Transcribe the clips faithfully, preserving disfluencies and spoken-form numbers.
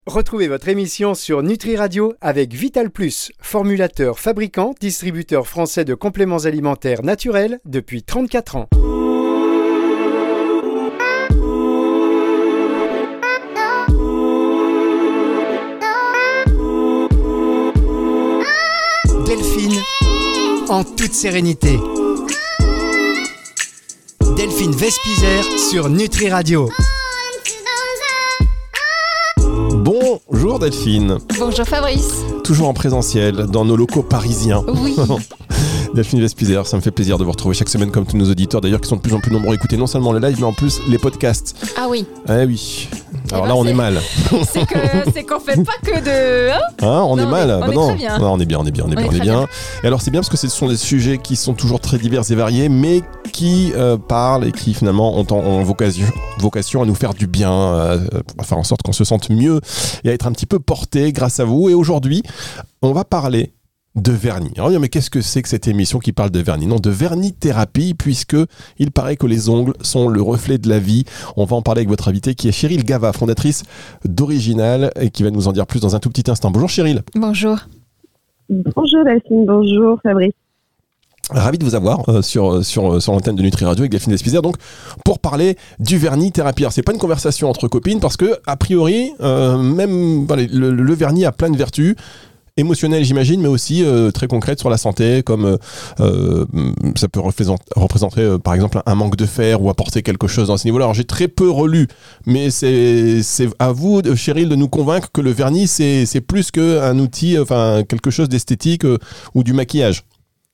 Retrouvez votre émission sur Nutri Radio avec Vital Plus, formulateur, fabricant, distributeur français de compléments alimentaires naturels depuis trente-quatre ans. Delphine, en toute sérénité. Delphine Vespizer sur Nutri Radio. Bonjour Delphine. Bonjour Fabrice. Toujours en présentiel dans nos locaux parisiens. Oui. Delphine Vespizer, ça me fait plaisir de vous retrouver chaque semaine comme tous nos auditeurs d'ailleurs qui sont de plus en plus nombreux à écouter non seulement le live mais en plus les podcasts. Ah oui. Ah oui. Alors eh ben là on c'est... est mal. C'est, que, c'est qu'on fait pas que de... Hein hein, on non, est mal. On est, on bah est non. très bien. Non, on est bien, on est bien, on est on bien, est on est bien. bien. Et alors c'est bien parce que ce sont des sujets qui sont toujours très divers et variés mais qui euh, parlent et qui finalement ont, ont vocation, vocation à nous faire du bien, euh, à faire en sorte qu'on se sente mieux et à être un petit peu porté grâce à vous. Et aujourd'hui, on va parler de vernis. Alors, mais qu'est-ce que c'est que cette émission qui parle de vernis ? Non, de vernis-thérapie, puisque il paraît que les ongles sont le reflet de la vie. On va en parler avec votre invitée qui est Cheryl Gava, fondatrice d'Original, et qui va nous en dire plus dans un tout petit instant. Bonjour Cheryl. Bonjour. Bonjour Delphine, bonjour Fabrice. Ravi de vous avoir euh, sur, sur, sur l'antenne de Nutri Radio avec Delphine Vespizer, donc pour parler du vernis thérapie. Alors c'est pas une conversation entre copines parce que a priori euh, même allez, le, le vernis a plein de vertus émotionnelles j'imagine, mais aussi euh, très concrètes sur la santé, comme euh, ça peut représenter, représenter euh, par exemple un manque de fer ou apporter quelque chose dans ce niveau-là. Alors j'ai très peu relu, mais c'est, c'est à vous Cheryl de nous convaincre que le vernis c'est, c'est plus qu'un outil, enfin quelque chose d'esthétique euh, ou du maquillage.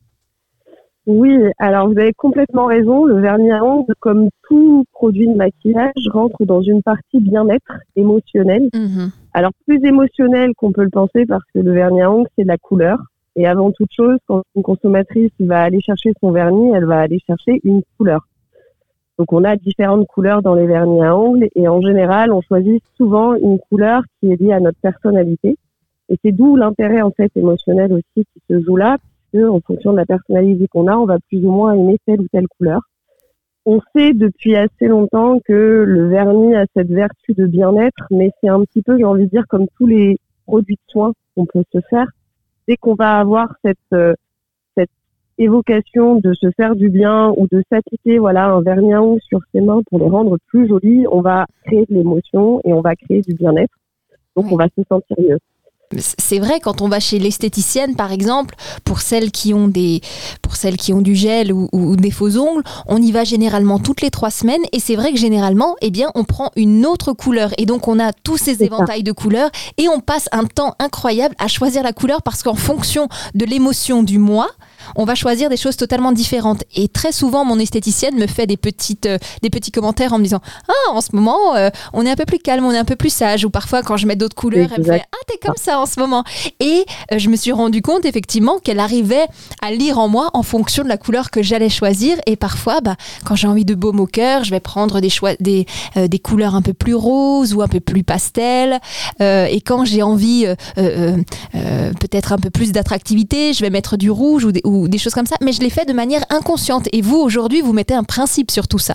Oui, alors vous avez complètement raison. Le vernis à ongles, comme tout produit de maquillage, rentre dans une partie bien-être émotionnelle. Mm-hmm. Alors plus émotionnelle qu'on peut le penser parce que le vernis à ongles, c'est de la couleur. Et avant toute chose, quand une consommatrice va aller chercher son vernis, elle va aller chercher une couleur. Donc on a différentes couleurs dans les vernis à ongles et en général, on choisit souvent une couleur qui est liée à notre personnalité. Et c'est d'où l'intérêt en fait émotionnel aussi qui se joue là. En fonction de la personnalité qu'on a, on va plus ou moins aimer telle ou telle couleur. On sait depuis assez longtemps que le vernis a cette vertu de bien-être, mais c'est un petit peu, j'ai envie de dire, comme tous les produits de soins qu'on peut se faire. Dès qu'on va avoir cette, euh, cette évocation de se faire du bien ou de s'appliquer voilà, un vernis à ongles sur ses mains pour les rendre plus jolies, on va créer de l'émotion et on va créer du bien-être. Donc oui. On va se sentir mieux. C'est vrai, quand on va chez l'esthéticienne, par exemple, pour celles qui ont des, pour celles qui ont du gel ou, ou des faux ongles, on y va généralement toutes les trois semaines. Et c'est vrai que généralement, eh bien, on prend une autre couleur. Et donc, on a tous ces c'est éventails ça. de couleurs et on passe un temps incroyable à choisir la couleur parce qu'en fonction de l'émotion du mois, on va choisir des choses totalement différentes. Et très souvent, mon esthéticienne me fait des, petites, euh, des petits commentaires en me disant « Ah, en ce moment, euh, on est un peu plus calme, on est un peu plus sage. » Ou parfois, quand je mets d'autres couleurs, elle me fait « Ah, t'es comme ça en ce moment. » Et euh, je me suis rendu compte, effectivement, qu'elle arrivait à lire en moi en fonction de la couleur que j'allais choisir. Et parfois, bah, quand j'ai envie de baume au cœur, je vais prendre des, choix, des, euh, des couleurs un peu plus roses ou un peu plus pastel. Euh, et quand j'ai envie euh, euh, euh, peut-être un peu plus d'attractivité, je vais mettre du rouge ou des, ou des choses comme ça, mais je l'ai fait de manière inconsciente. Et vous, aujourd'hui, vous mettez un principe sur tout ça.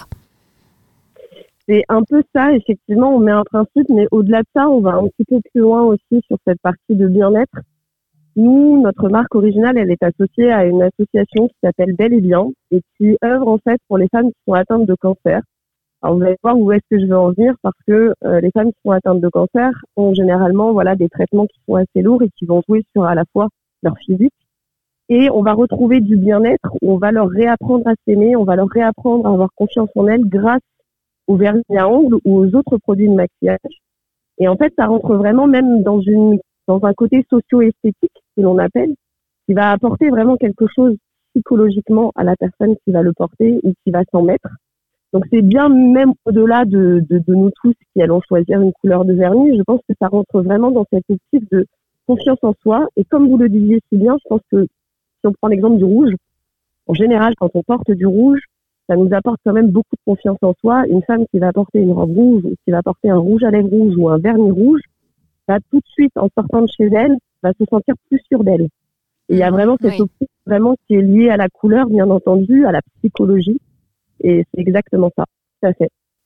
C'est un peu ça, effectivement, on met un principe, mais au-delà de ça, on va un petit peu plus loin aussi sur cette partie de bien-être. Nous, notre marque Original, elle est associée à une association qui s'appelle Bel et Bien et qui œuvre en fait pour les femmes qui sont atteintes de cancer. Alors vous allez voir où est-ce que je veux en venir parce que euh, les femmes qui sont atteintes de cancer ont généralement voilà des traitements qui sont assez lourds et qui vont jouer sur à la fois leur physique. Et on va retrouver du bien-être, on va leur réapprendre à s'aimer, on va leur réapprendre à avoir confiance en elles grâce aux vernis à ongles ou aux autres produits de maquillage. Et en fait, ça rentre vraiment même dans une dans un côté socio-esthétique, que l'on appelle, qui va apporter vraiment quelque chose psychologiquement à la personne qui va le porter ou qui va s'en mettre. Donc c'est bien même au-delà de, de, de nous tous qui allons choisir une couleur de vernis, je pense que ça rentre vraiment dans cette optique de confiance en soi. Et comme vous le disiez si bien, je pense que si on prend l'exemple du rouge, en général, quand on porte du rouge, ça nous apporte quand même beaucoup de confiance en soi. Une femme qui va porter une robe rouge ou qui va porter un rouge à lèvres rouge ou un vernis rouge, va tout de suite, en sortant de chez elle, va se sentir plus sûre d'elle. Et il y a vraiment cette oui. optique vraiment qui est liée à la couleur, bien entendu, à la psychologie. Et c'est exactement ça, tout à fait.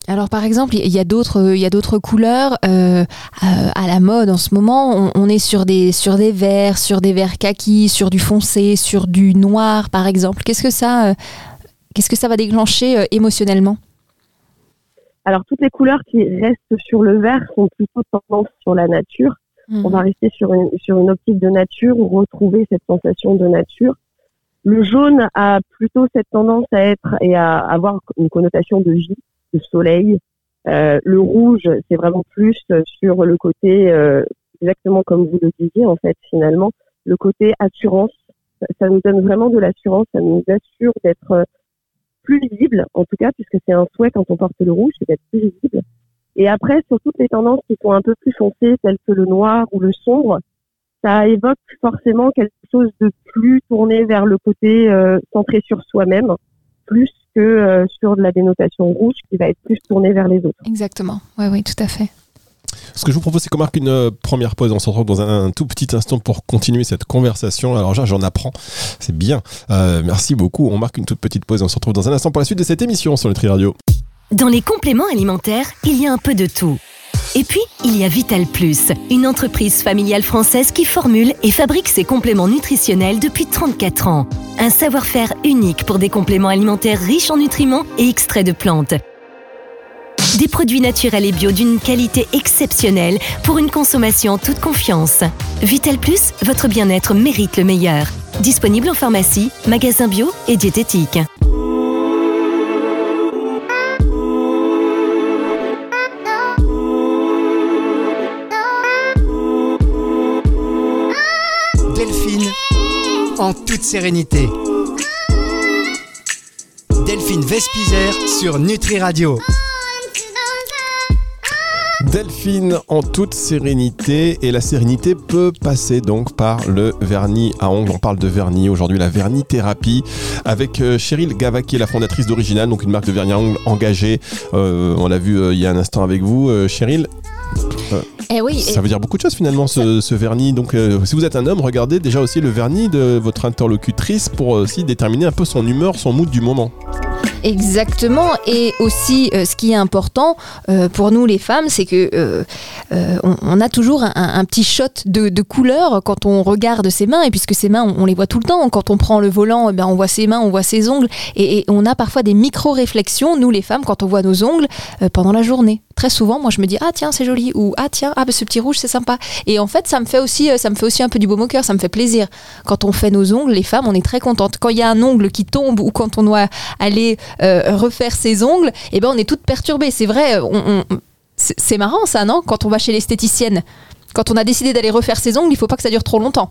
Alors par exemple, il y a d'autres, il y a d'autres couleurs euh, à, à la mode en ce moment. On, on est sur des, sur des verts, sur des verts kaki, sur du foncé, sur du noir par exemple. Qu'est-ce que ça, euh, qu'est-ce que ça va déclencher euh, émotionnellement ? Alors toutes les couleurs qui restent sur le vert sont plutôt tendance sur la nature. Mmh. On va rester sur une, sur une optique de nature ou retrouver cette sensation de nature. Le jaune a plutôt cette tendance à être et à avoir une connotation de vie, de soleil. Euh, le rouge, c'est vraiment plus sur le côté, euh, exactement comme vous le disiez en fait finalement, le côté assurance. Ça, ça nous donne vraiment de l'assurance, ça nous assure d'être plus visible, en tout cas, puisque c'est un souhait quand on porte le rouge, c'est d'être plus visible. Et après, sur toutes les tendances qui sont un peu plus foncées, telles que le noir ou le sombre, ça évoque forcément quelque chose de plus tourné vers le côté euh, centré sur soi-même, plus que euh, sur de la dénotation rouge qui va être plus tournée vers les autres. Exactement, oui, oui, tout à fait. Ce que je vous propose, c'est qu'on marque une euh, première pause. On se retrouve dans un, un tout petit instant pour continuer cette conversation. Alors j'en apprends, c'est bien. Euh, merci beaucoup. On marque une toute petite pause et on se retrouve dans un instant pour la suite de cette émission sur Nutri Radio. Dans les compléments alimentaires, il y a un peu de tout. Et puis, il y a Vital Plus, une entreprise familiale française qui formule et fabrique ses compléments nutritionnels depuis trente-quatre ans. Un savoir-faire unique pour des compléments alimentaires riches en nutriments et extraits de plantes. Des produits naturels et bio d'une qualité exceptionnelle pour une consommation en toute confiance. Vital Plus, votre bien-être mérite le meilleur. Disponible en pharmacie, magasin bio et diététique. Delphine, en toute sérénité. Delphine Vespizer sur Nutri Radio. Delphine en toute sérénité, et la sérénité peut passer donc par le vernis à ongles. On parle de vernis aujourd'hui, la vernithérapie, avec euh, Cheryl Gava qui est la fondatrice d'Original, donc une marque de vernis à ongles engagée. Euh, on l'a vu euh, il y a un instant avec vous, euh, Cheryl. Euh, eh oui, ça et... veut dire beaucoup de choses finalement ce, ce vernis. Donc euh, si vous êtes un homme, regardez déjà aussi le vernis de votre interlocutrice pour aussi déterminer un peu son humeur, son mood du moment. Exactement, et aussi euh, ce qui est important euh, pour nous les femmes, c'est que euh, euh, on, on a toujours un, un petit shot de, de couleur quand on regarde ses mains, et puisque ses mains on, on les voit tout le temps, quand on prend le volant, eh bien, on voit ses mains, on voit ses ongles, et, et on a parfois des micro-réflexions, nous les femmes, quand on voit nos ongles euh, pendant la journée. Très souvent, moi je me dis ah tiens c'est joli, ou ah tiens ah bah, ce petit rouge c'est sympa, et en fait ça me fait aussi ça me fait aussi un peu du baume au cœur, ça me fait plaisir. Quand on fait nos ongles, les femmes, on est très contentes. Quand il y a un ongle qui tombe ou quand on doit aller euh, refaire ses ongles, et eh ben on est toutes perturbées. C'est vrai, on, on, c'est, c'est marrant ça, non ? Quand on va chez l'esthéticienne, quand on a décidé d'aller refaire ses ongles, il faut pas que ça dure trop longtemps.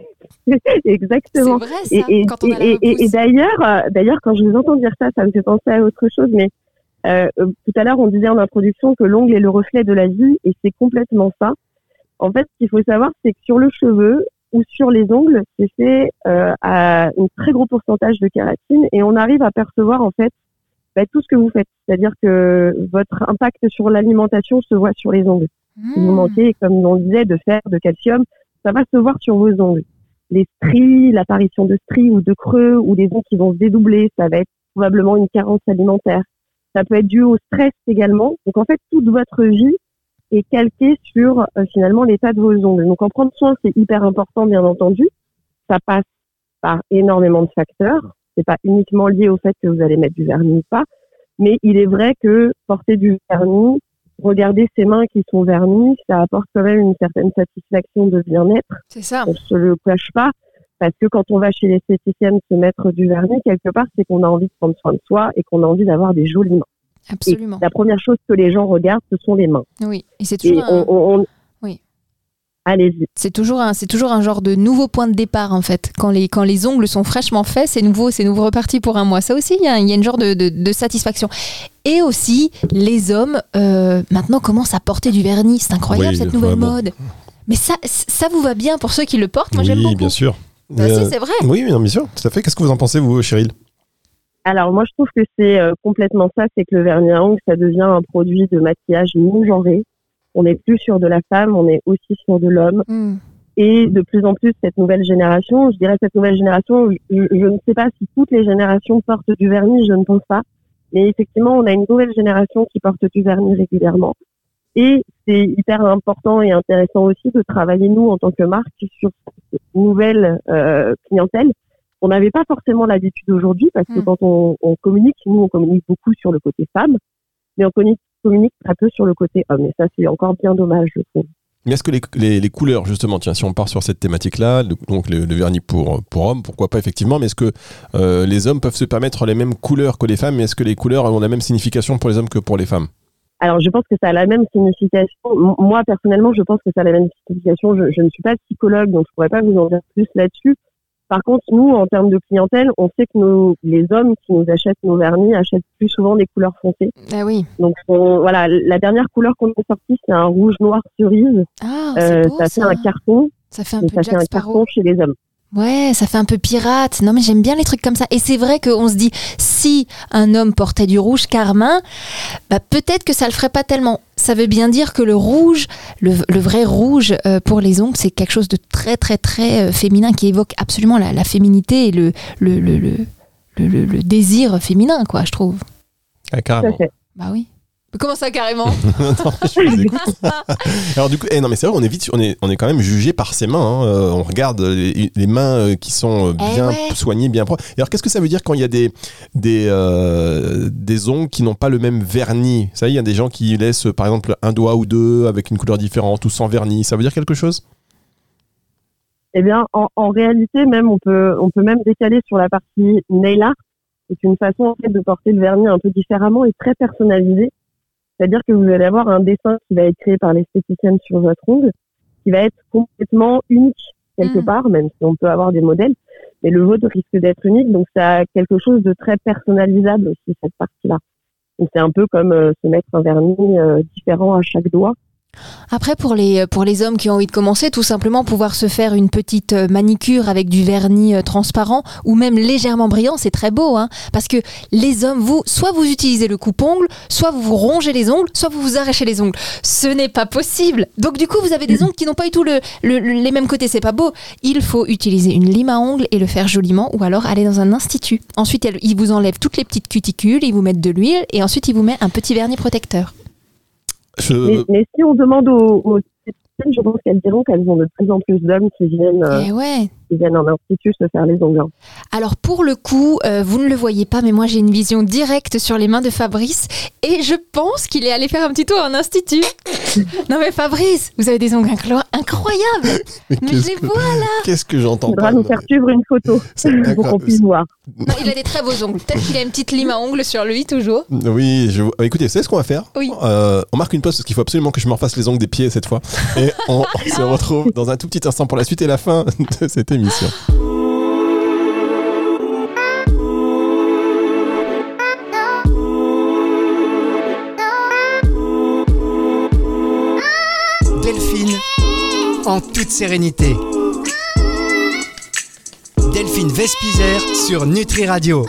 Exactement. C'est vrai ça. Et, et, quand on a la et, et, et d'ailleurs, euh, d'ailleurs, quand je vous entends dire ça, ça me fait penser à autre chose, mais Euh, tout à l'heure, on disait en introduction que l'ongle est le reflet de la vie, et c'est complètement ça. En fait, ce qu'il faut savoir, c'est que sur le cheveu ou sur les ongles, c'est fait euh, à un très gros pourcentage de kératine, et on arrive à percevoir en fait bah, tout ce que vous faites. C'est-à-dire que votre impact sur l'alimentation se voit sur les ongles. Mmh. Si vous manquez, comme on disait, de fer, de calcium, ça va se voir sur vos ongles. Les stries, l'apparition de stries ou de creux ou des ongles qui vont se dédoubler, ça va être probablement une carence alimentaire. Ça peut être dû au stress également. Donc, en fait, toute votre vie est calquée sur, euh, finalement, l'état de vos ongles. Donc, en prendre soin, c'est hyper important, bien entendu. Ça passe par énormément de facteurs. C'est pas uniquement lié au fait que vous allez mettre du vernis ou pas. Mais il est vrai que porter du vernis, regarder ses mains qui sont vernies, ça apporte quand même une certaine satisfaction de bien-être. C'est ça. On se le cache pas. Parce que quand on va chez l'esthéticienne se mettre du vernis, quelque part, c'est qu'on a envie de prendre soin de soi et qu'on a envie d'avoir des jolies mains. Absolument. Et la première chose que les gens regardent, ce sont les mains. Oui, et c'est toujours et un... on, on, on... Oui. Allez-y. C'est toujours, un, c'est toujours un genre de nouveau point de départ, en fait. Quand les, quand les ongles sont fraîchement faits, c'est nouveau, c'est nouveau reparti pour un mois. Ça aussi, il y a, il y a une genre de, de, de satisfaction. Et aussi, les hommes, euh, maintenant, commencent à porter du vernis. C'est incroyable, oui, cette nouvelle ouais, mode. Bon. Mais ça, ça vous va bien pour ceux qui le portent. Moi, oui, j'aime beaucoup. Oui, bien sûr. Bah, euh, si, c'est vrai. Oui, bien, bien sûr, tout à fait. Qu'est-ce que vous en pensez, vous, Cheryl ? Alors, moi, je trouve que c'est euh, complètement ça. C'est que le vernis à ongles, ça devient un produit de maquillage non genré. On n'est plus sur de la femme, on est aussi sur de l'homme. Mm. Et de plus en plus, cette nouvelle génération, je dirais cette nouvelle génération, je, je ne sais pas si toutes les générations portent du vernis, je ne pense pas. Mais effectivement, on a une nouvelle génération qui porte du vernis régulièrement. Et c'est hyper important et intéressant aussi de travailler, nous, en tant que marque, sur cette nouvelle euh, clientèle. On n'avait pas forcément l'habitude aujourd'hui, parce que mmh. quand on, on communique, nous, on communique beaucoup sur le côté femme, mais on communique, communique très peu sur le côté homme. Et ça, c'est encore bien dommage, je trouve. Mais est-ce que les, les, les couleurs, justement, tiens, si on part sur cette thématique-là, donc le, le vernis pour, pour hommes, pourquoi pas effectivement, mais est-ce que euh, les hommes peuvent se permettre les mêmes couleurs que les femmes, mais est-ce que les couleurs ont la même signification pour les hommes que pour les femmes ? Alors, je pense que ça a la même signification. Moi, personnellement, je pense que ça a la même signification. Je, je ne suis pas psychologue, donc je pourrais pas vous en dire plus là-dessus. Par contre, nous, en termes de clientèle, on sait que nos, les hommes qui nous achètent nos vernis achètent plus souvent des couleurs foncées. Ah oui. Donc, on, voilà, la dernière couleur qu'on a sortie, c'est un rouge noir cerise. Ah, c'est euh, beau, ça, ça fait un carton. Ça fait un et peu ça Jack fait un Sparrow. carton chez les hommes. Ouais, ça fait un peu pirate. Non, mais j'aime bien les trucs comme ça. Et c'est vrai qu'on se dit, si un homme portait du rouge carmin, bah, peut-être que ça le ferait pas tellement. Ça veut bien dire que le rouge, le, le vrai rouge euh, pour les ongles, c'est quelque chose de très, très, très euh, féminin qui évoque absolument la, la féminité et le, le, le, le, le, le, le désir féminin, quoi, je trouve. Ah, carrément. Bah oui. Comment ça, carrément? Non, je vous écoute. Alors du coup, eh, non mais c'est vrai, on est vite, on est, on est quand même jugé par ses mains. Hein. Euh, on regarde les, les mains qui sont bien eh ouais. soignées, bien propres. Et alors, qu'est-ce que ça veut dire quand il y a des des euh, des ongles qui n'ont pas le même vernis? Ça, il y a des gens qui laissent, par exemple, un doigt ou deux avec une couleur différente ou sans vernis. Ça veut dire quelque chose? Eh bien, en, en réalité, même on peut, on peut même décaler sur la partie nail art. C'est une façon en fait de porter le vernis un peu différemment et très personnalisé. C'est-à-dire que vous allez avoir un dessin qui va être créé par l'esthéticienne sur votre ongle, qui va être complètement unique quelque mmh. part, même si on peut avoir des modèles. Mais le vôtre risque d'être unique, donc ça a quelque chose de très personnalisable aussi, cette partie-là. Donc c'est un peu comme euh, se mettre un vernis euh, différent à chaque doigt. Après, pour les, pour les hommes qui ont envie de commencer, tout simplement pouvoir se faire une petite manicure avec du vernis transparent ou même légèrement brillant, c'est très beau, hein, parce que les hommes, vous, soit vous utilisez le coupe-ongle, soit vous vous rongez les ongles, soit vous vous arrachez les ongles. Ce n'est pas possible. Donc du coup, vous avez des ongles qui n'ont pas du tout le, le, les mêmes côtés, c'est pas beau. Il faut utiliser une lime à ongles et le faire joliment, ou alors aller dans un institut. Ensuite, il vous enlève toutes les petites cuticules, il vous met de l'huile et ensuite il vous met un petit vernis protecteur. Je... Mais, mais si on demande aux, aux esthéticiennes, je pense qu'elles diront qu'elles ont de plus en plus d'hommes qui viennent, euh, ouais. qui viennent en institut se faire les ongles. Alors pour le coup, euh, vous ne le voyez pas, mais moi j'ai une vision directe sur les mains de Fabrice et je pense qu'il est allé faire un petit tour en institut. Non mais Fabrice, vous avez des ongles incro- incroyables. Mais, mais je les que, vois là. Qu'est-ce que j'entends pas? Il faudra nous faire mais... suivre une photo pour qu'on puisse voir. Non, il a des très beaux ongles. Peut-être qu'il a une petite lime à ongles sur lui toujours. Oui, je... écoutez, vous savez ce qu'on va faire? Oui. Euh, on marque une pause parce qu'il faut absolument que je me refasse les ongles des pieds cette fois. Et on, on se retrouve dans un tout petit instant pour la suite et la fin de cette émission. Delphine, en toute sérénité. Delphine Vespizer sur Nutri Radio.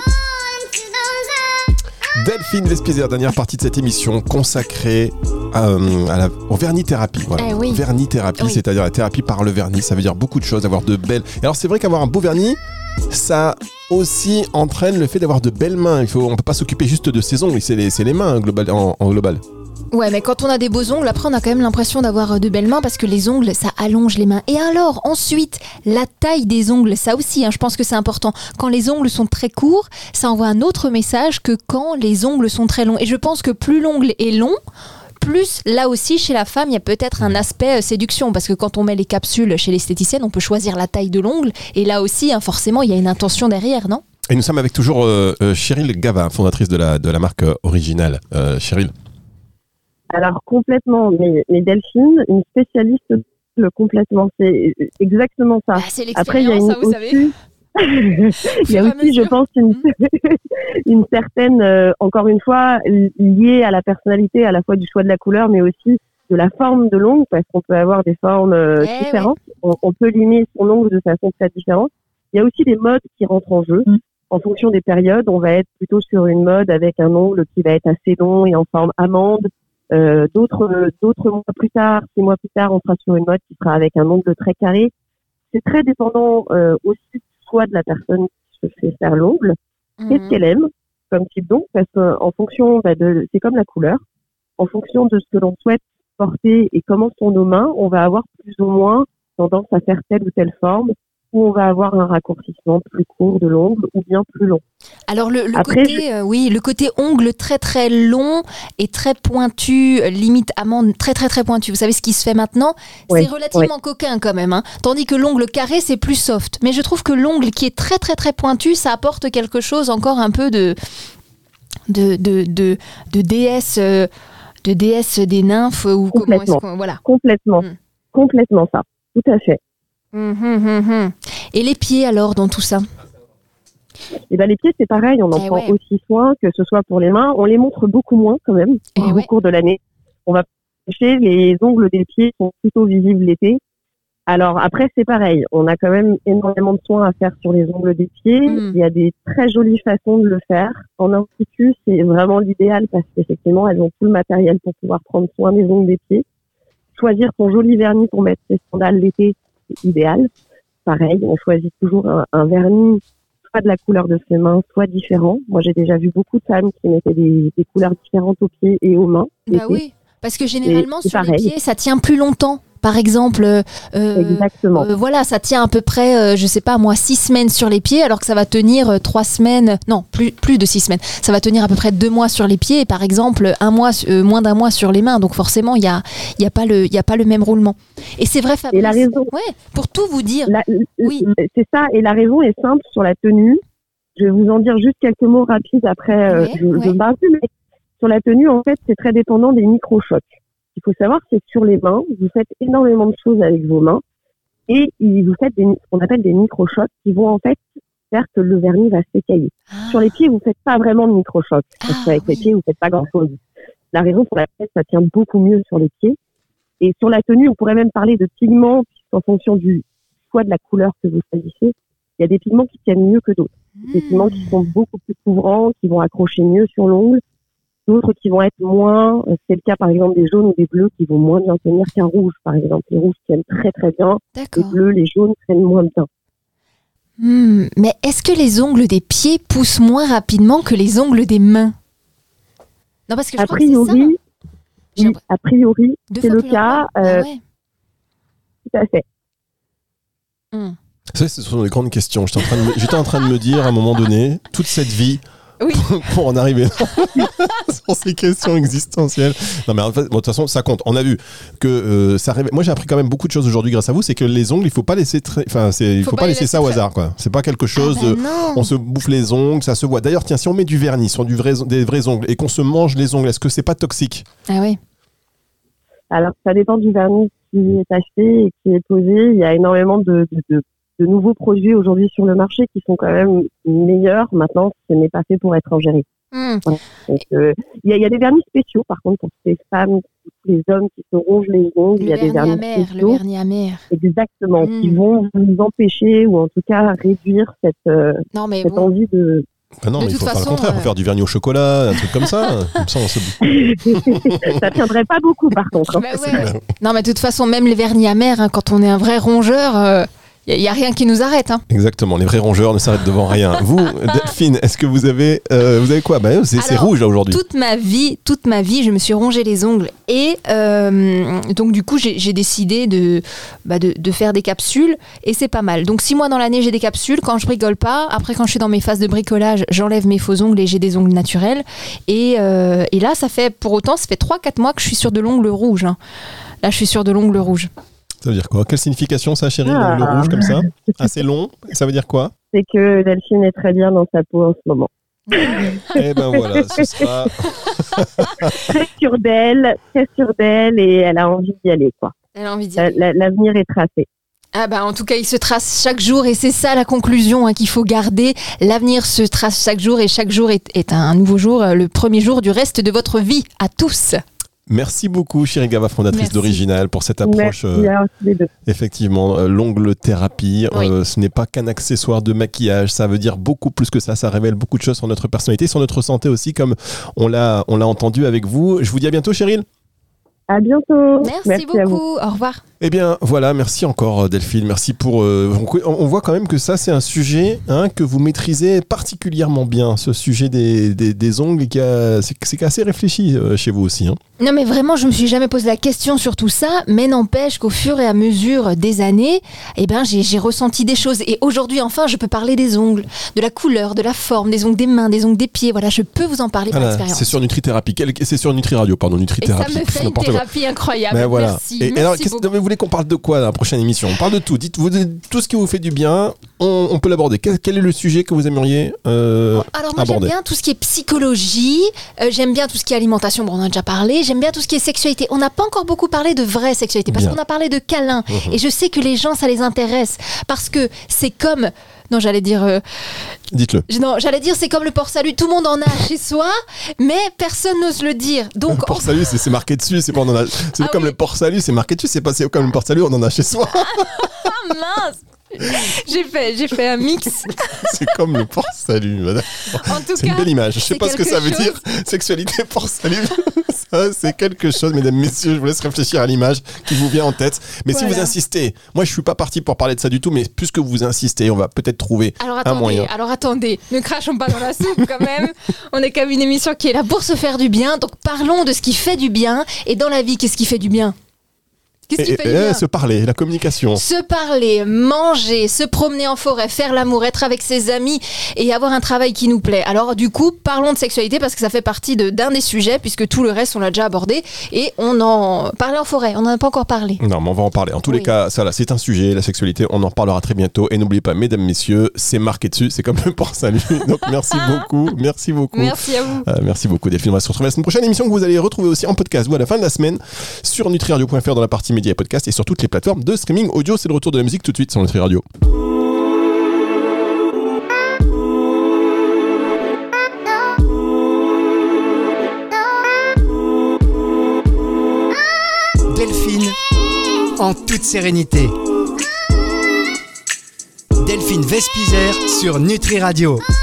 Delphine Vespizer, dernière partie de cette émission consacrée à, à la, au vernis-thérapie. Voilà. Eh oui. Vernis-thérapie, oui. C'est-à-dire la thérapie par le vernis. Ça veut dire beaucoup de choses, avoir de belles... Et alors c'est vrai qu'avoir un beau vernis, ça aussi entraîne le fait d'avoir de belles mains. Il faut, on ne peut pas s'occuper juste de ses ongles, c'est les, c'est les mains global, en, en global. Ouais, mais quand on a des beaux ongles, après on a quand même l'impression d'avoir de belles mains parce que les ongles, ça allonge les mains. Et alors, ensuite, la taille des ongles, ça aussi, hein, je pense que c'est important. Quand les ongles sont très courts, ça envoie un autre message que quand les ongles sont très longs. Et je pense que plus l'ongle est long, plus, là aussi, chez la femme, il y a peut-être un aspect euh, séduction. Parce que quand on met les capsules chez l'esthéticienne, on peut choisir la taille de l'ongle. Et là aussi, hein, forcément, il y a une intention derrière, non ? Et nous sommes avec toujours euh, euh, Cheryl Gava, fondatrice de la, de la marque euh, originale. Euh, Cheryl. Alors complètement, mais, mais Delphine, une spécialiste complètement, c'est exactement ça. Bah, c'est l'expérience, après, il y a une ça, vous aussi, savez. il y a aussi, je pense, une, une certaine, euh, encore une fois, liée à la personnalité, à la fois du choix de la couleur, mais aussi de la forme de l'ongle, parce qu'on peut avoir des formes euh, eh différentes. Oui. On, on peut limer son ongle de façon très différente. Il y a aussi des modes qui rentrent en jeu. Mm. En fonction des périodes, on va être plutôt sur une mode avec un ongle qui va être assez long et en forme amande. Euh, d'autres, d'autres mois plus tard, six mois plus tard, on sera sur une mode qui sera avec un ongle très carré. C'est très dépendant euh, aussi du choix de la personne qui se fait faire l'ongle. Mmh. Qu'est-ce qu'elle aime? comme type d'ongle parce qu'en fonction bah, de, c'est comme la couleur, en fonction de ce que l'on souhaite porter et comment sont nos mains, on va avoir plus ou moins tendance à faire telle ou telle forme, ou on va avoir un raccourcissement plus court de l'ongle ou bien plus long. Alors le, le Après, côté, je... euh, oui, le côté ongle très très long et très pointu, limite amande très très très pointu. Vous savez ce qui se fait maintenant, ouais, c'est relativement ouais. coquin quand même, hein. Tandis que l'ongle carré c'est plus soft. Mais je trouve que l'ongle qui est très très très pointu, ça apporte quelque chose encore un peu de de de de, de déesse, euh, de déesse des nymphes ou comment est-ce qu'on, voilà. Complètement, mmh. complètement ça, tout à fait. Mmh, mmh, mmh. Et les pieds alors dans tout ça? Et ben les pieds c'est pareil, on en eh prend ouais. aussi soin que ce soit pour les mains. On les montre beaucoup moins quand même eh au ouais. cours de l'année. On va pêcher, les ongles des pieds sont plutôt visibles l'été. Alors après c'est pareil, on a quand même énormément de soins à faire sur les ongles des pieds. Mmh. Il y a des très jolies façons de le faire. En institut c'est vraiment l'idéal parce qu'effectivement elles ont tout le matériel pour pouvoir prendre soin des ongles des pieds. Choisir son joli vernis pour mettre ses sandales l'été, c'est idéal. Pareil, on choisit toujours un, un vernis soit de la couleur de ses mains, soit différent. Moi, j'ai déjà vu beaucoup de femmes qui mettaient des, des couleurs différentes aux pieds et aux mains. Bah oui, parce que généralement c'est sur pareil. les pieds, ça tient plus longtemps. Par exemple, euh, Exactement. Euh, voilà, ça tient à peu près, euh, je sais pas moi, six semaines sur les pieds, alors que ça va tenir euh, trois semaines, non, plus plus de six semaines. Ça va tenir à peu près deux mois sur les pieds, et par exemple un mois, euh, moins d'un mois sur les mains. Donc forcément, il y a il y a pas le il y a pas le même roulement. Et c'est vrai, Fabrice. Et la raison. Ouais, pour tout vous dire. La, oui. C'est ça. Et la raison est simple sur la tenue. Je vais vous en dire juste quelques mots rapides après. Euh, ouais, je ouais. je me barre plus, mais sur la tenue, en fait, c'est très dépendant des micro-chocs. Il faut savoir, c'est que sur les mains, vous faites énormément de choses avec vos mains et vous faites des, ce qu'on appelle des micro-chocs qui vont en fait faire que le vernis va s'écailler. Ah. Sur les pieds, vous faites pas vraiment de micro-chocs parce Ah, qu'avec oui. les pieds, vous faites pas grand-chose. La raison pour laquelle ça tient beaucoup mieux sur les pieds. Et sur la tenue, on pourrait même parler de pigments en fonction du choix de la couleur que vous choisissez. Il y a des pigments qui tiennent mieux que d'autres. Mmh. Des pigments qui sont beaucoup plus couvrants, qui vont accrocher mieux sur l'ongle. D'autres qui vont être moins, c'est le cas par exemple des jaunes ou des bleus qui vont moins bien tenir qu'un rouge par exemple. Les rouges tiennent très très bien, les D'accord. bleus, les jaunes tiennent moins bien. Hmm, mais est-ce que les ongles des pieds poussent moins rapidement que les ongles des mains? Non, parce que je A crois que c'est ça. priori, J'ai oui, a priori, Deux c'est fois le plus cas, lentement. Ah euh, ouais. tout à fait. Hmm. Ça, ce sont des grandes questions. J'étais en train de me, j'étais en train de me dire à un moment donné, toute cette vie, Oui. pour, pour en arriver là, sur ces questions existentielles. Non, mais en fait, bon, de toute façon, ça compte. On a vu que euh, ça révèle. Moi, j'ai appris quand même beaucoup de choses aujourd'hui grâce à vous. C'est que les ongles, il faut pas laisser, tra... enfin, c'est, il faut, faut pas, pas laisser, laisser ça au hasard, quoi. C'est pas quelque chose. Ah bah de... non. On se bouffe les ongles, ça se voit. D'ailleurs, tiens, si on met du vernis sur du vrai, des vrais ongles et qu'on se mange les ongles, est-ce que c'est pas toxique? Ah oui. Alors ça dépend du vernis qui est acheté et qui est posé. Il y a énormément de, de, de, de nouveaux produits aujourd'hui sur le marché qui sont quand même meilleurs. Maintenant, ce n'est pas fait pour être ingéré. Hmm. Voilà. Donc, euh, il y, a, il y a des vernis spéciaux, par contre, pour les femmes, pour les hommes qui se rongent les ongles. Le Il y a des vernis vernis amer, spéciaux, le vernis amer. exactement, Mm. qui vont vous empêcher ou en tout cas réduire cette, euh, Non, mais cette bon. envie de. Ah non, De mais il toute faut faire façon, le contraire. Il euh, faut faire du vernis au chocolat, un truc comme ça. Comme ça, on se... Ça tiendrait pas beaucoup, par contre. hein. Bah ouais. Non, mais de toute façon, même les vernis amers, hein, quand on est un vrai rongeur, il euh, n'y a, a rien qui nous arrête. Hein. Exactement, les vrais rongeurs ne s'arrêtent devant rien. Vous, Delphine, est-ce que vous avez, euh, vous avez quoi? Bah, c'est, c'est Alors, rouge là aujourd'hui. Toute ma vie, toute ma vie, je me suis rongé les ongles et euh, donc du coup j'ai, j'ai décidé de, bah de de faire des capsules et c'est pas mal. Donc six mois dans l'année j'ai des capsules. Quand je bricole pas, après quand je suis dans mes phases de bricolage, j'enlève mes faux ongles et j'ai des ongles naturels. Et euh, et là ça fait pour autant ça fait trois quatre mois que je suis sur de l'ongle rouge. Hein. Là je suis sur de l'ongle rouge. Ça veut dire quoi? Quelle signification ça, chérie, Ah. l'ongle rouge comme ça? Assez long. Ça veut dire quoi? C'est que Delphine est très bien dans sa peau en ce moment. Eh ben voilà, ce sera. Très sûre d'elle, très sûre d'elle et elle a envie d'y aller, quoi. Elle a envie d'y La- aller. la- L'avenir est tracé. Ah bah en tout cas il se trace chaque jour et c'est ça la conclusion hein, qu'il faut garder. L'avenir se trace chaque jour et chaque jour est, est un nouveau jour, euh, le premier jour du reste de votre vie à tous. Merci beaucoup, Chérie Gava, fondatrice Merci. d'Original, pour cette approche. Merci euh, à tous les deux. Effectivement, euh, l'ongle thérapie, Oui. euh, ce n'est pas qu'un accessoire de maquillage, ça veut dire beaucoup plus que ça, ça révèle beaucoup de choses sur notre personnalité, sur notre santé aussi, comme on l'a, on l'a entendu avec vous. Je vous dis à bientôt, Cheryl. À bientôt. Merci, à vous. beaucoup, au revoir. Eh bien voilà, merci encore Delphine, merci pour... Euh, on, on voit quand même que ça c'est un sujet hein, que vous maîtrisez particulièrement bien, ce sujet des, des, des ongles, qui a, c'est, c'est assez réfléchi euh, chez vous aussi. Hein. Non mais vraiment, je me suis jamais posé la question sur tout ça, mais n'empêche qu'au fur et à mesure des années, eh ben, j'ai, j'ai ressenti des choses. Et aujourd'hui enfin, je peux parler des ongles, de la couleur, de la forme, des ongles des mains, des ongles des pieds, voilà, je peux vous en parler voilà, par expérience. C'est sur Nutri-Thérapie, c'est sur Nutri-Radio, pardon, Nutri-Thérapie. Et ça me fait une thérapie quoi. incroyable, ben voilà. merci. Et, merci alors, qu'est-ce que vous voulez qu'on parle de quoi dans la prochaine émission? On parle de tout. Dites-vous tout ce qui vous fait du bien. On, on peut l'aborder. Quel, quel est le sujet que vous aimeriez euh, Alors moi aborder? J'aime bien tout ce qui est psychologie. Euh, j'aime bien tout ce qui est alimentation. Bon, on en a déjà parlé. J'aime bien tout ce qui est sexualité. On n'a pas encore beaucoup parlé de vraie sexualité parce bien. qu'on a parlé de câlins. Mmh. Et je sais que les gens ça les intéresse parce que c'est comme. Non, j'allais dire. Euh... Dites-le. Non, j'allais dire c'est comme le port-salut. Tout le monde en a chez soi, mais personne n'ose le dire. Donc. Le port-salut, c'est, c'est marqué dessus. C'est pas on en a. C'est ah comme oui. le port-salut, c'est marqué dessus. C'est pas c'est comme le port-salut, on en a chez soi. Ah mince. J'ai fait, j'ai fait un mix. C'est comme le port-salut, madame. En tout c'est cas, une belle image. Je sais pas ce que ça veut chose. dire. Sexualité, port-salut. Ça, c'est quelque chose, mesdames, messieurs. Je vous laisse réfléchir à l'image qui vous vient en tête. Mais voilà. Si vous insistez, moi je suis pas parti pour parler de ça du tout, mais puisque vous insistez, on va peut-être trouver alors, un attendez, moyen. Alors attendez, ne crachons pas dans la soupe quand même. On est quand même une émission qui est là pour se faire du bien. Donc parlons de ce qui fait du bien. Et dans la vie, qu'est-ce qui fait du bien ? Qu'est-ce qui et, fait du et, bien ? Se parler, la communication. Se parler, manger, se promener en forêt, faire l'amour, être avec ses amis et avoir un travail qui nous plaît. Alors du coup, parlons de sexualité parce que ça fait partie de, d'un des sujets puisque tout le reste on l'a déjà abordé et on en parlait en forêt, on n'en a pas encore parlé. Non, mais on va en parler. En tous oui. les cas, ça là, c'est un sujet, la sexualité, on en parlera très bientôt. Et n'oubliez pas, mesdames, messieurs, c'est marqué dessus, c'est comme le port-salut. Donc merci beaucoup, merci beaucoup. Merci à vous. Euh, merci beaucoup Delphine, on va se retrouver la semaine prochaine. Émission que vous allez retrouver aussi en podcast ou à la fin de la semaine sur nutriradio point f r dans la partie médias et podcasts et sur toutes les plateformes de streaming audio. C'est le retour de la musique tout de suite sur Nutri Radio. Delphine en toute sérénité. Delphine Vespizer sur Nutri Radio.